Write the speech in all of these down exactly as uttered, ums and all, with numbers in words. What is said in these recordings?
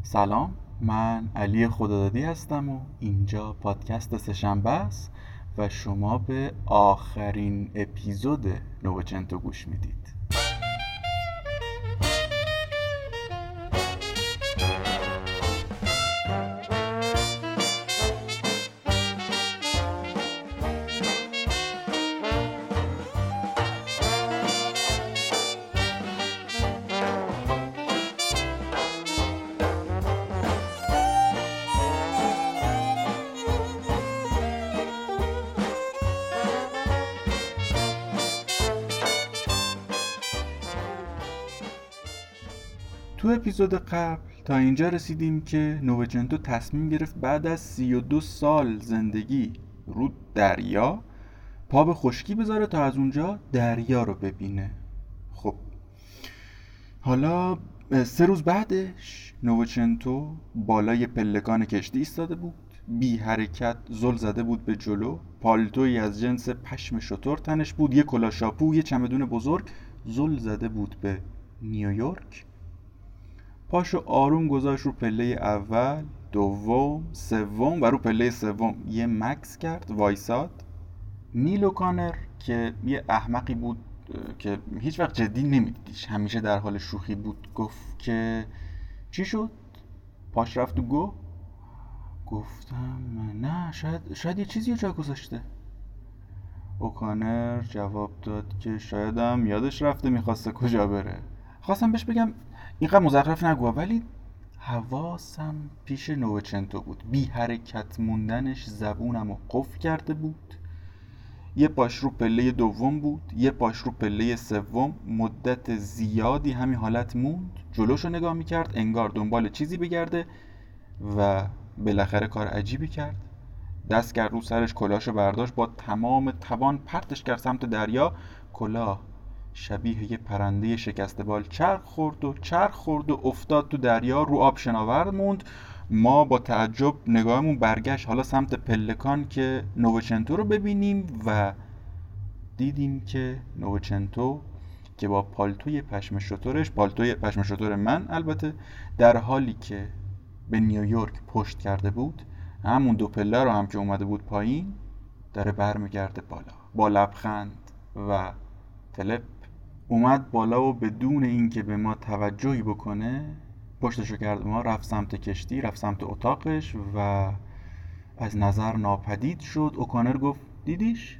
سلام، من علی خدادادی هستم و اینجا پادکست سه‌شنبه است و شما به آخرین اپیزود نووچنتو گوش میدید. تو اپیزود قبل تا اینجا رسیدیم که نووچنتو تصمیم گرفت بعد از سی و دو سال زندگی رو دریا پا به خشکی بذاره تا از اونجا دریا رو ببینه. خب حالا سه روز بعدش نووچنتو بالای پلکان کشتی ایستاده بود، بی حرکت زل زده بود به جلو، پالتویی از جنس پشم شتر تنش بود، یه کلاه شاپو، یه چمدون بزرگ، زل زده بود به نیویورک. پاشو آروم گذاشت رو پله اول، دوم، سوم و رو پله سوم یه مکس کرد، وایساد. نیل اوکانر که یه احمقی بود که هیچ وقت جدی نمیدیدیش، همیشه در حال شوخی بود، گفت که چی شد؟ پاش رفت تو گو؟ گفتم نه، شاید شاید یه چیزی جا گذاشته. اوکانر جواب داد که شایدم یادش رفته میخواسته کجا بره. خواستم بهش بگم اینقدر مزخرف نگو، ولی حواسم پیش نووچنتو بود. بی حرکت موندنش زبونم رو قفل کرده بود. یه پاش رو پله دوم بود، یه پاش رو پله سوم. مدت زیادی همین حالت موند، جلوشو نگاه میکرد انگار دنبال چیزی بگرده و بالاخره کار عجیبی کرد. دست کرد رو سرش، کلاهشو برداشت، با تمام توان پرتش کرد سمت دریا. کلاه شبیه یه پرنده شکسته بال چرخ خورد و چرخ خورد و افتاد تو دریا، رو آب شناور موند. ما با تعجب نگاهمون برگشت حالا سمت پلکان که نووچنتو رو ببینیم و دیدیم که نووچنتو که با پالتوی پشم شترش، پالتوی پشم شتر من البته، در حالی که به نیویورک پشت کرده بود، همون دو پله رو هم که اومده بود پایین داره برمیگرده بالا. با لبخند و تلپ اومد بالا و بدون اینکه به ما توجهی بکنه پشتشو کرد ما، رفت سمت کشتی، رفت سمت اتاقش و از نظر ناپدید شد. اوکانر گفت دیدیش؟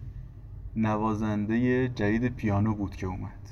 نوازنده جدید پیانو بود که اومد.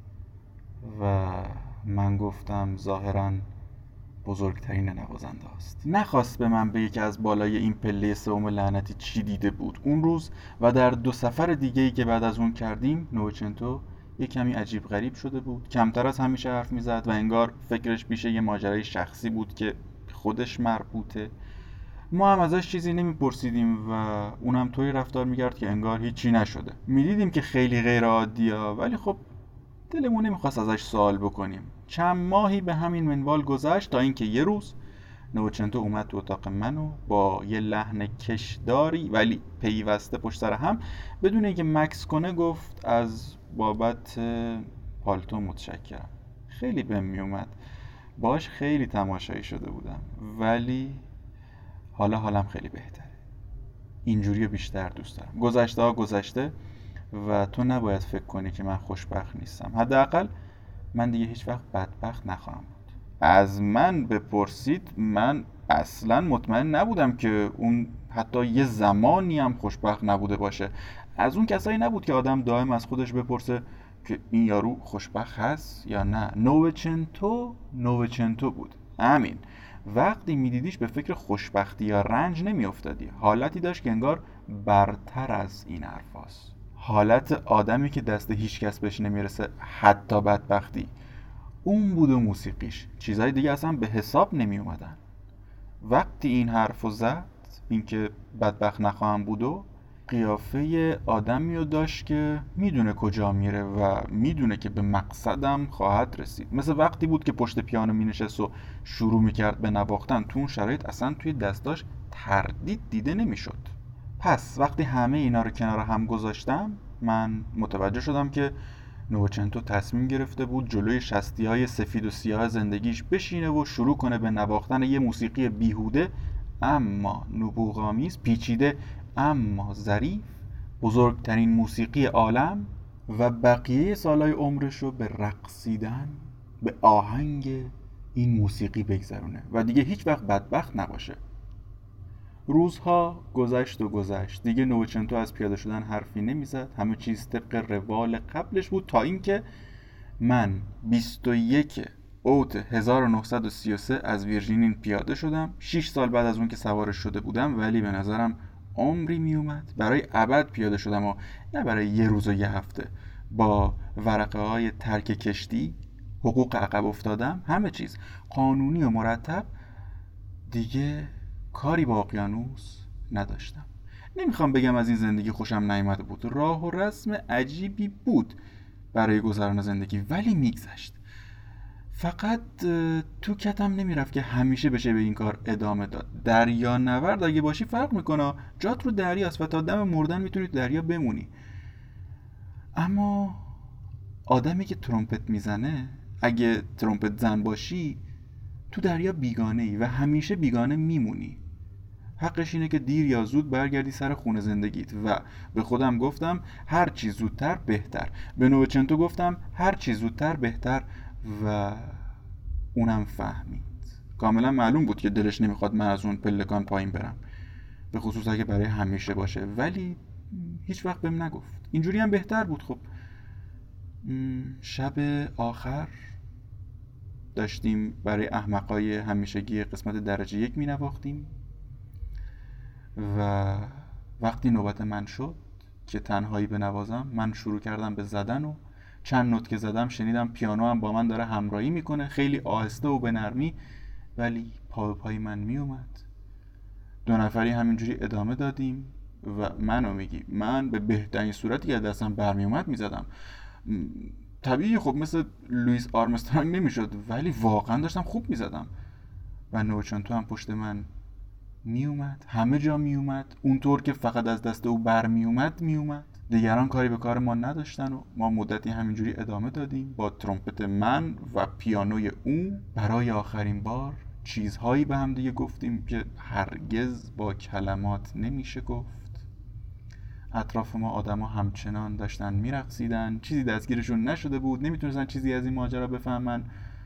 و من گفتم ظاهراً بزرگترین نوازنده است. نخواست به من بگه که از بالای این پله سوم لعنتی چی دیده بود اون روز و در دو سفر دیگه‌ای که بعد از اون کردیم. نووچنتو یه کمی عجیب غریب شده بود، کمتر از همیشه حرف میزد و انگار فکرش پیش یه ماجرای شخصی بود که خودش مربوطه. ما هم ازش چیزی نمیپرسیدیم و اونم طوری رفتار میکرد که انگار هیچی نشده. میدیدیم که خیلی غیر عادیه، ولی خب دلمون نمیخواست ازش سوال بکنیم. چند ماهی به همین منوال گذشت تا اینکه یه روز نووچنتو اومد تو اتاق منو با یه لحن کشداری ولی پیوسته پشت سر هم، بدون اینکه مکس کنه گفت از بابت پالتو متشکرم. خیلی بهم میومد، باش خیلی تماشایی شده بودم، ولی حالا حالم خیلی بهتره. اینجوری بیشتر دوست دارم. گذشته ها گذشته و تو نباید فکر کنی که من خوشبخت نیستم. حداقل من دیگه هیچ وقت بدبخت نخواهم بود. از من بپرسید، من اصلا مطمئن نبودم که اون حتی یه زمانی هم خوشبخت نبوده باشه. از اون کسایی نبود که آدم دائم از خودش بپرسه که این یارو خوشبخت هست یا نه. نووچنتو نووچنتو بود. همین. وقتی میدیدیش به فکر خوشبختی یا رنج نمیافتادی. حالتی داشت که انگار برتر از این حرفاست. حالت آدمی که دست هیچ کس بهش نمیرسه، حتی بدبختی. اون بود و موسیقیش، چیزای دیگه اصلا به حساب نمی اومدن. وقتی این حرفو زد، اینکه بدبخت نخواهم بود، و قیافه آدمی رو داشت که میدونه کجا میره و میدونه که به مقصدم خواهد رسید. مثل وقتی بود که پشت پیانو مینشست و شروع میکرد به نواختن. تو اون شرایط اصلا توی دستاش تردید دیده نمیشد. پس وقتی همه اینا رو کنار هم گذاشتم، من متوجه شدم که نوچنتو تصمیم گرفته بود جلوی شستی‌های سفید و سیاه زندگیش بشینه و شروع کنه به نواختن یه موسیقی بیهوده اما نبوغامیز، پیچیده اما ظریف، بزرگترین موسیقی عالم، و بقیه سالهای عمرش رو به رقصیدن به آهنگ این موسیقی بگذرونه و دیگه هیچ وقت بدبخت نباشه. روزها گذشت و گذشت، دیگه نوچنتو از پیاده شدن حرفی نمیزد، همه چیز طبق روال قبلش بود تا اینکه من بیست و یک اوت هزار و نهصد و سی و سه از ویرژینین پیاده شدم. شش سال بعد از اون که سوارش شده بودم، ولی به نظرم عمری میومد. برای ابد پیاده شدم و نه برای یه روز و یه هفته. با ورقه های ترک کشتی، حقوق عقب افتادم، همه چیز قانونی و مرتب. دیگه کاری با اقیانوس نداشتم. نمیخوام بگم از این زندگی خوشم نیامده بود، راه و رسم عجیبی بود برای گذران زندگی، ولی میگذشت. فقط تو کتم نمیرفت که همیشه بشه به این کار ادامه داد. دریا نورد اگه باشی فرق میکنه، جات رو دریاست و تا دم مردن میتونی تو دریا بمونی. اما آدمی که ترومپت میزنه، اگه ترومپت زن باشی تو دریا بیگانه ای و همیشه بیگانه میمونی. حقش اینه که دیر یا زود برگردی سر خونه زندگیت. و به خودم گفتم هر چی زودتر بهتر. به نوچنتو گفتم هر چی زودتر بهتر و اونم فهمید. کاملا معلوم بود که دلش نمیخواد من از اون پلکان پایین برم، به خصوص اگه برای همیشه باشه، ولی هیچ وقت بهم نگفت. اینجوری هم بهتر بود. خب شب آخر داشتیم برای احمقای همیشگی قسمت درجه یک می نواختیم و وقتی نوبت من شد که تنهایی بنوازم، من شروع کردم به زدن و چند نوت که زدم شنیدم پیانو هم با من داره همراهی میکنه، خیلی آهسته و به نرمی، ولی پا به پای من می اومد. دو نفری همینجوری ادامه دادیم و منو میگی من به بهترین صورتی که دستم برمی اومد میزدم. طبیعی خب مثل لوئیس آرمسترانگ نمیشد، ولی واقعا داشتم خوب میزدم. و نوچنتو هم پشت من میومد، همه جا میومد، اونطور که فقط از دست او بر میومد میومد. دیگران کاری به کار ما نداشتن و ما مدتی همینجوری ادامه دادیم با ترومپت من و پیانوی اون. برای آخرین بار چیزهایی به هم دیگه گفتیم که هرگز با کلمات نمیشه گفت. اطراف ما آدما همچنان داشتن میرقصیدن، چیزی دستگیرشون نشده بود، نمیتونستن چیزی از این ماجرا بفهمن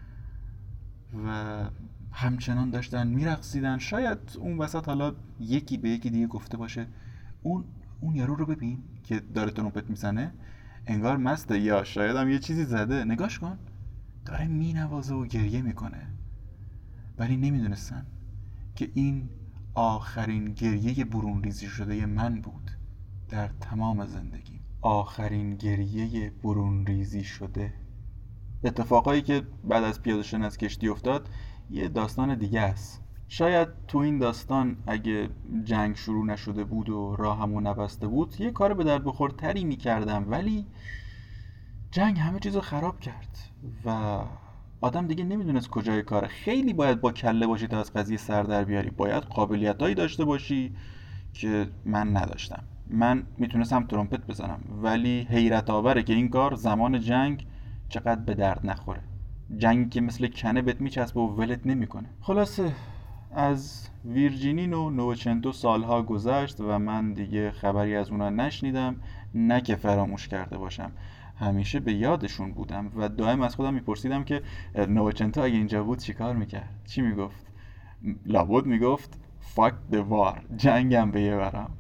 و همچنان داشتن میرقصیدن. شاید اون وسط حالا یکی به یکی دیگه گفته باشه اون اون یارو رو ببین که داره ترومپت میزنه، انگار مسته، یا شاید هم یه چیزی زده، نگاش کن داره مینوازه و گریه میکنه. ولی نمیدونستن که این آخرین گریه برون ریزی شده من بود در تمام زندگی. آخرین گریه برون ریزی شده. اتفاقایی که بعد از پیاده شدن از کشتی افتاد یه داستان دیگه است. شاید تو این داستان اگه جنگ شروع نشده بود و راهمو نبسته بود یه کار به درد بخورتری میکردم، ولی جنگ همه چیزو خراب کرد و آدم دیگه نمیدونست کجای کاره. خیلی باید با کله باشی تا از قضیه سر در بیاری، باید قابلیتایی داشته باشی که من نداشتم. من میتونستم ترومپت بزنم، ولی حیرت آوره که این کار زمان جنگ چقدر به درد نخوره. جنگی که مثل کنه بهت میچسبه و ولت نمیکنه. خلاصه از ویرجینین و نوچنتو سالها گذشت و من دیگه خبری از اونا نشنیدم، نه که فراموش کرده باشم، همیشه به یادشون بودم و دائم از خودم میپرسیدم که نوچنتو اگه اینجا بود چیکار میکرد؟ چی میگفت؟ لابد میگفت فاک دوار، جنگم به یه برم.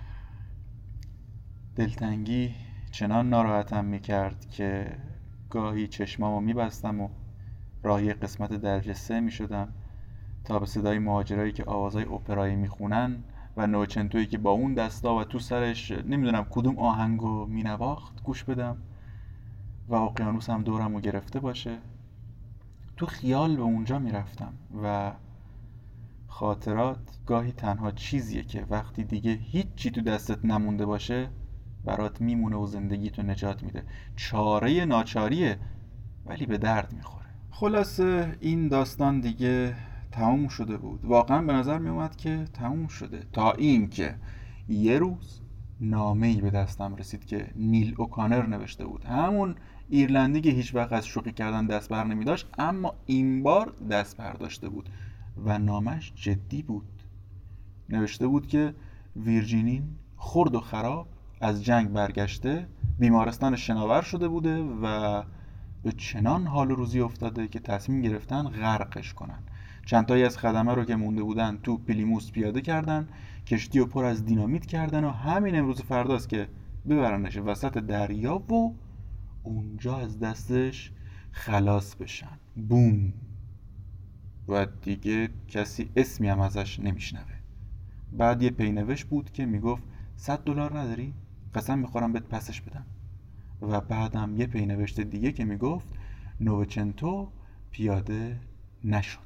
دلتنگی چنان ناراحتم میکرد که گاهی چشمامو میبستم و راهی قسمت درجه سه میشدم تا به صدای مهاجرایی که آوازهای اپرایی میخونن و نوچنتویی که با اون دستا و تو سرش نمیدونم کدوم آهنگو مینواخت گوش بدم و اقیانوس هم دورمو گرفته باشه. تو خیال به اونجا میرفتم و خاطرات گاهی تنها چیزیه که وقتی دیگه هیچ چی تو دستت نمونده باشه برات میمونه و زندگی تو نجات میده. چاره ناچاریه ولی به درد میخوره. خلاصه این داستان دیگه تموم شده بود. واقعا به نظر میومد که تموم شده، تا این که یه روز نامه‌ای به دستم رسید که نیل اوکانر نوشته بود، همون ایرلندی که هیچ وقت از شوخی کردن دست بر نمی داشت، اما این بار دست برداشته بود و نامش جدی بود. نوشته بود که ویرجینین خرد و خراب از جنگ برگشته، بیمارستان شناور شده بوده و به چنان حال و روزی افتاده که تصمیم گرفتن غرقش کنن. چندتایی از خدمه رو که مونده بودن تو پلیموس پیاده کردن، کشتی رو پر از دینامیت کردن و همین امروز فرداست که ببرنش وسط دریا و اونجا از دستش خلاص بشن. بوم. و دیگه کسی اسمی هم ازش نمیشنوه. بعد یه پینوشت بود که میگفت صد دلار نداری؟ قسم میخورم بهت پسش بدم. و بعدم یه پینوشت دیگه که میگفت نووچنتو پیاده نشد.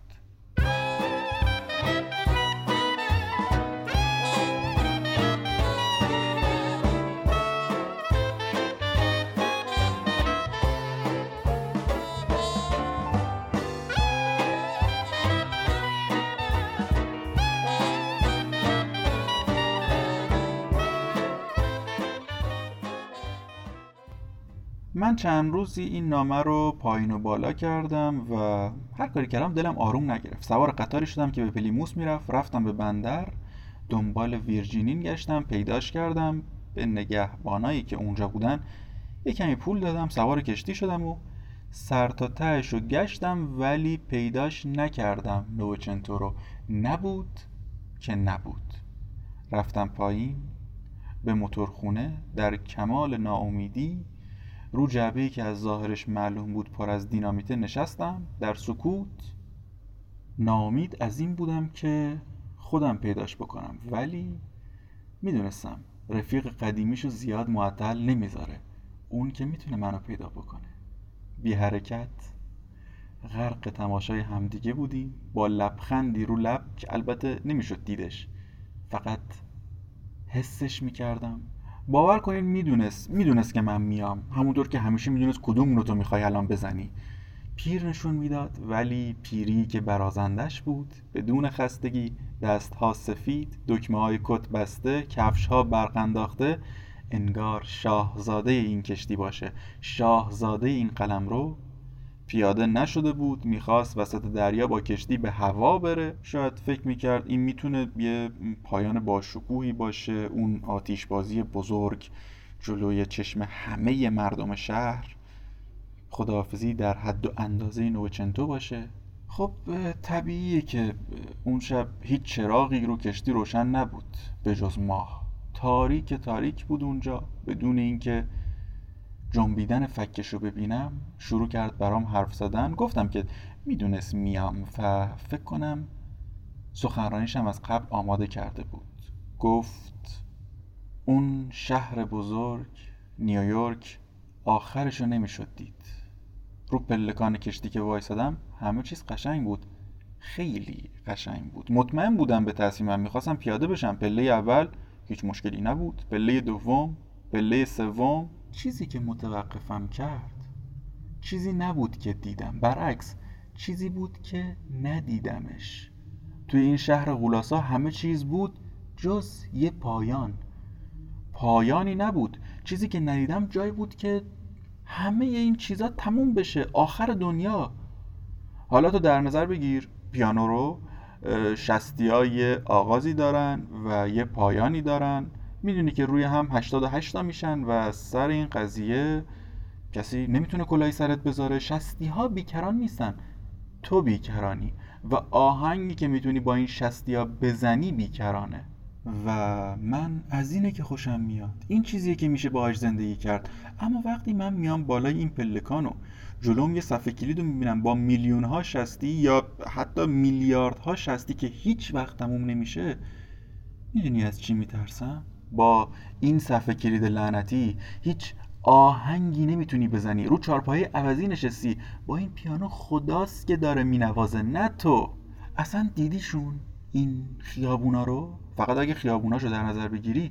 من چند روزی این نامه رو پایین و بالا کردم و هر کاری کردم دلم آروم نگرفت. سوار قطاری شدم که به پلیموس میرفت، رفتم به بندر، دنبال ویرجینین گشتم، پیداش کردم. به نگهبانایی که اونجا بودن یه کمی پول دادم، سوار کشتی شدم و سر تا تهش رو گشتم، ولی پیداش نکردم. نووچنتو رو نبود که نبود. رفتم پایین به موتورخونه، در کمال ناامیدی رو جعبه‌ای که از ظاهرش معلوم بود پر از دینامیته نشستم در سکوت. ناامید از این بودم که خودم پیداش بکنم، ولی میدونستم رفیق قدیمیشو زیاد معطل نمیذاره، اون که میتونه منو پیدا بکنه. بی حرکت غرق تماشای همدیگه بودیم، با لبخندی رو لب که البته نمیشد دیدش، فقط حسش میکردم. باور کنین میدونست میدونست که من میام، همونطور که همیشه میدونست کدوم رو تو میخوای الان بزنی. پیر نشون میداد، ولی پیری که برازندش بود، بدون خستگی، دستها سفید، دکمه های کت بسته، کفش ها برق انداخته، انگار شاهزاده این کشتی باشه، شاهزاده این قلمرو. پیاده نشده بود، میخواست وسط دریا با کشتی به هوا بره. شاید فکر میکرد این میتونه یه پایان باشکوهی باشه، اون آتیشبازی بزرگ جلوی چشم همه مردم شهر، خداحافظی در حد و اندازه نووچنتو باشه. خب طبیعیه که اون شب هیچ چراغی رو کشتی روشن نبود به جز ماه. تاریک تاریک بود اونجا. بدون اینکه جنبیدن فکش رو ببینم شروع کرد برام حرف زدن. گفتم که میدونست میام و فکر کنم سخنرانیشم از قبل آماده کرده بود. گفت اون شهر بزرگ نیویورک آخرشو نمیشد دید. رو پلکان کشتی که وایسادم همه چیز قشنگ بود، خیلی قشنگ بود. مطمئن بودم به تصمیمم، میخواستم پیاده بشم. پله اول هیچ مشکلی نبود، پله دوم، پله سوم. چیزی که متوقفم کرد چیزی نبود که دیدم، برعکس چیزی بود که ندیدمش. توی این شهر غولاسا همه چیز بود جز یه پایان. پایانی نبود. چیزی که ندیدم جایی بود که همه این چیزا تموم بشه، آخر دنیا. حالا تو در نظر بگیر پیانو رو، شصتی ها یه آغازی دارن و یه پایانی دارن، میدونی که روی هم هشتاد و هشت تا میشن و سر این قضیه کسی نمیتونه کلاهی سرت بذاره. شصتی ها بیکران نیستن، تو بیکرانی و آهنگی که میتونی با این شصتی ها بزنی بیکرانه. و من از اینه که خوشم میاد، این چیزیه که میشه باهاش زندگی کرد. اما وقتی من میام بالای این پلکانو، جلوم یه صفحه کلیدو میبینم با میلیون ها شصتی یا حتی میلیارد ها شصتی که هیچ وقت تموم نمیشه، میدونی از چی میترسم؟ با این صفحه کلید لعنتی هیچ آهنگی نمیتونی بزنی، رو چارپایه عوضی نشستی، با این پیانو خداست که داره مینوازه نه تو. اصلا دیدیشون این خیابونا رو؟ فقط اگه خیابوناشو در نظر بگیری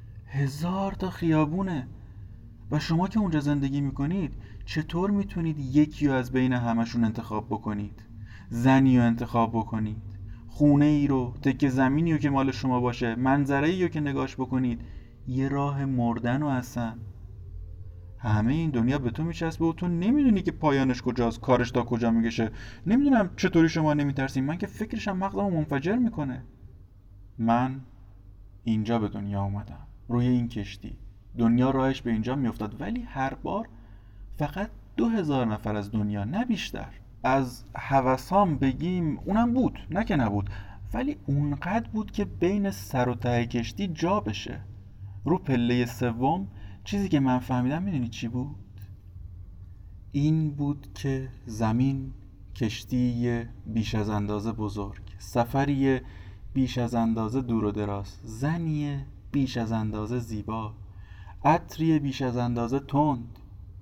هزار تا خیابونه و شما که اونجا زندگی میکنید چطور میتونید یکی رو از بین همشون انتخاب بکنید؟ زنی رو انتخاب بکنید، خونه ای رو، تکه زمینی رو که مال شما باشه، منظره ای رو که نگاش بکنید، یه راه مردن رو. اصلا همه این دنیا به تو میچسبه و تو نمیدونی که پایانش کجاست، کارش تا کجا میکشه. نمیدونم چطوری شما نمیترسین، من که فکرشم مغزمو منفجر میکنه. من اینجا به دنیا اومدم، روی این کشتی. دنیا راهش به اینجا میافتاد، ولی هر بار فقط دو هزار نفر از دنیا، نه بیشتر. از هوسام بگیم اونم بود، نه که نبود، ولی اونقدر بود که بین سر و ته کشتی جا بشه. رو پله سوم چیزی که من فهمیدم میدونی چی بود؟ این بود که زمین کشتی بیش از اندازه بزرگ، سفری بیش از اندازه دور و دراز، زنی بیش از اندازه زیبا، عطری بیش از اندازه تند،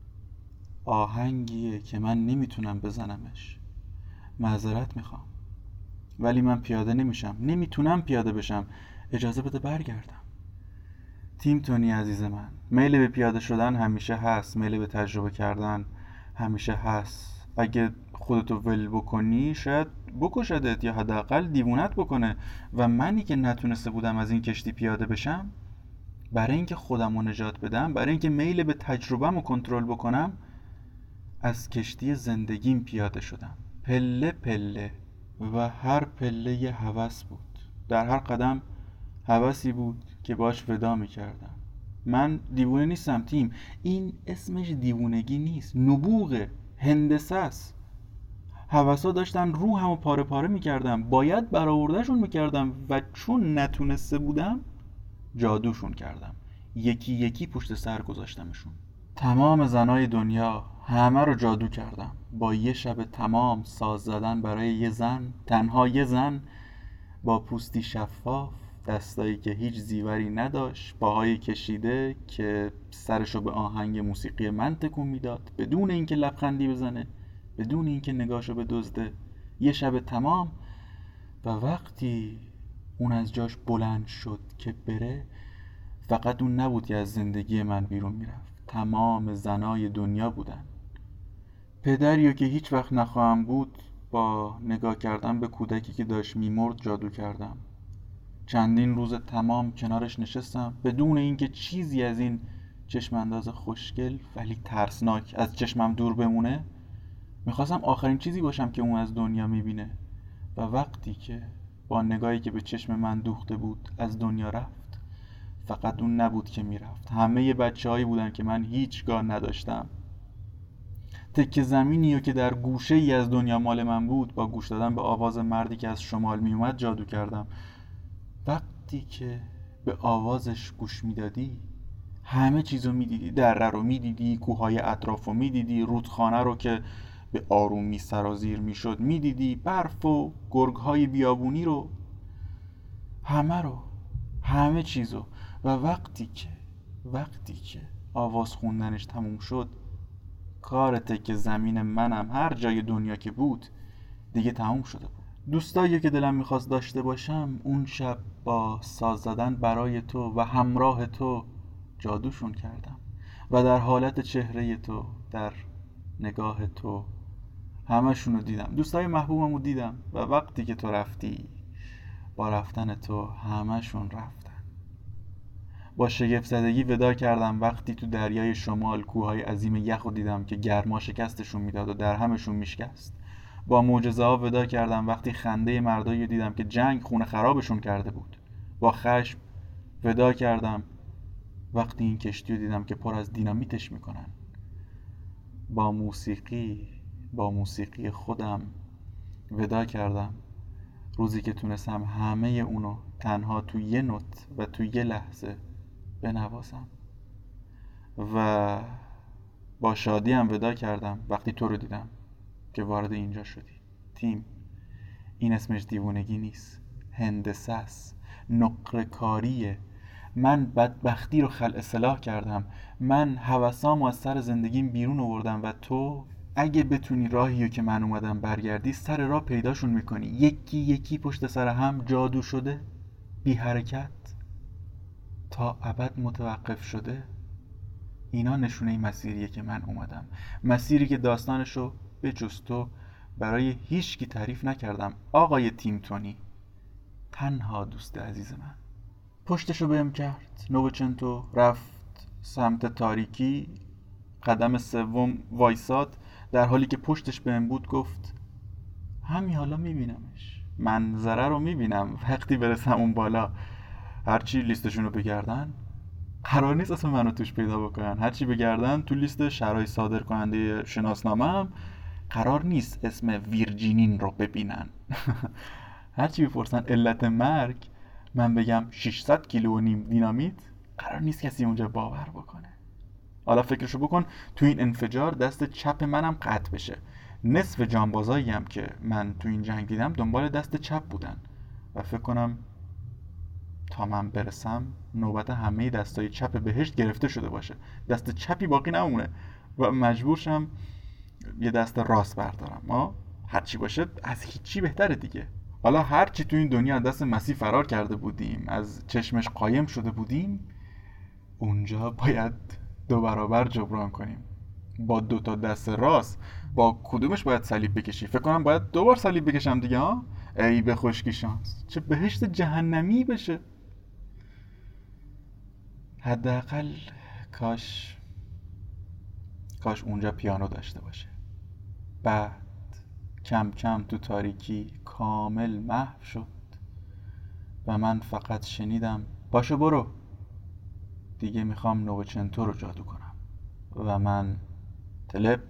آهنگیه که من نمیتونم بزنمش. معذرت میخوام، ولی من پیاده نمیشم، نمیتونم پیاده بشم. اجازه بده برگردم. تیم تونی عزیز من، میل به پیاده شدن همیشه هست، میل به تجربه کردن همیشه هست. اگه خودتو ول بکنی شاید بکشدت یا حداقل دیوونت بکنه. و منی که نتونسته بودم از این کشتی پیاده بشم، برای اینکه خودم رو نجات بدم، برای اینکه میل به تجربه‌م رو کنترل بکنم، از کشتی زندگیم پیاده شدم، پله پله. و هر پله یه هوس بود، در هر قدم هوسی بود که باش ودا میکردم. من دیوونه نیستم تیم، این اسمش دیوونگی نیست، نبوغه، هندسه است. هوسا داشتن روحمو پاره پاره میکردم، باید برآوردهشون میکردم و چون نتونسته بودم جادوشون کردم، یکی یکی پشت سر گذاشتمشون. تمام زنای دنیا همه رو جادو کردم، با یه شب تمام ساز زدن برای یه زن، تنها یه زن با پوستی شفاف، دستایی که هیچ زیوری نداشت، پاهایی کشیده که سرشو به آهنگ موسیقی من تکون میداد، بدون اینکه لبخندی بزنه، بدون اینکه نگاهشو بدزده. یه شب تمام. و وقتی اون از جاش بلند شد که بره، فقط اون نبود که از زندگی من بیرون میرفت، تمام زنای دنیا بودن. پدریو که هیچ وقت نخواهم بود، با نگاه کردن به کودکی که داشت میمرد جادو کردم. چندین روز تمام کنارش نشستم، بدون اینکه چیزی از این چشم انداز خوشگل ولی ترسناک از چشمم دور بمونه. میخواستم آخرین چیزی باشم که اون از دنیا میبینه. و وقتی که با نگاهی که به چشم من دوخته بود از دنیا رفت، فقط اون نبود که میرفت، همه بچه هایی بودن که من هیچگاه نداشتم. تکه زمینی که در گوشه ای از دنیا مال من بود، با گوش دادن به آواز مردی که از شمال می اومد جادو کردم. وقتی که به آوازش گوش میدادی، همه چیزو میدیدی، دره رو میدیدی، کوههای اطراف رو میدیدی، رودخانه رو که به آرومی سرازیر میشد میدیدی، برف و گرگهای بیابونی رو، همه رو، همه چیزو. و وقتی که وقتی که آواز خوندنش تموم شد، کار تک زمین منم هر جای دنیا که بود دیگه تموم شده بود. دوستایی که دلم میخواست داشته باشم، اون شب با ساز زدن برای تو و همراه تو جادوشون کردم. و در حالت چهره تو، در نگاه تو، همشون رو دیدم، دوستای محبوبم رو دیدم. و وقتی که تو رفتی، با رفتن تو همشون رفتن. با شگفت زدگی ودا کردم وقتی تو دریای شمال کوههای عظیم یخ رو دیدم که گرما شکستشون میداد و در همشون میشکست. با معجزه ها ودا کردم وقتی خنده مردایی دیدم که جنگ خونه خرابشون کرده بود. با خشم ودا کردم وقتی این کشتی رو دیدم که پر از دینامیتش میکنن. با موسیقی با موسیقی خودم ودا کردم روزی که تونستم همه اونو تنها تو یه نوت و تو یه لحظه بنوازم. و با شادی هم ودا کردم وقتی تو رو دیدم که وارد اینجا شدی. تیم، این اسمش دیوونگی نیست، هندسه است، نقره کاریه. من بدبختی رو خلع اصلاح کردم، من هوسامو از سر زندگیم بیرون آوردم و تو اگه بتونی راهیو که من اومدم برگردی، سر راه پیداشون میکنی، یکی یکی پشت سر هم جادو شده، بی حرکت، تا ابد متوقف شده. اینا نشونه مسیریه که من اومدم، مسیری که داستانشو به جز تو برای هیچ کی تعریف نکردم. آقای تیم تونی، تنها دوست عزیز من. پشتشو بهم کرد، نوچنتو رفت سمت تاریکی. قدم سوم وایساد، در حالی که پشتش بهم بود گفت همین حالا میبینمش، منظره رو میبینم وقتی برسم اون بالا. هرچی لیستشون رو بگردن قرار نیست اصلا منو توش پیدا بکنن، هرچی بگردن تو لیست شرای صادر کننده شناسنامه هم قرار نیست اسم ویرجینین رو ببینن. هرچی بپرسن علت مرگ، من بگم ششصد کیلو و نیم دینامیت، قرار نیست کسی اونجا باور بکنه. حالا فکرشو بکن تو این انفجار دست چپ منم قطع بشه. نصف جانبازایی هم که من تو این جنگ دیدم دنبال دست چپ بودن و فکر کنم تا من برسم نوبت همه دستای چپ بهشت گرفته شده باشه، دست چپی باقی نمونه و مجبور شم یه دست راست بردارم. ما هرچی باشه از هیچی بهتره دیگه. حالا هرچی تو این دنیا دست مسیح فرار کرده بودیم، از چشمش قایم شده بودیم، اونجا باید دو برابر جبران کنیم. با دو تا دست راست با کدومش باید صلیب بکشی؟ فکر کنم باید دو بار صلیب بکشم دیگه. ها ای به خشکی شانس، چه بهشت جهنمی بشه. حداقل کاش کاش اونجا پیانو داشته باشه. بعد کم کم تو تاریکی کامل محو شد و من فقط شنیدم باشو برو دیگه، میخوام نوچنتو رو جادو کنم. و من تلپ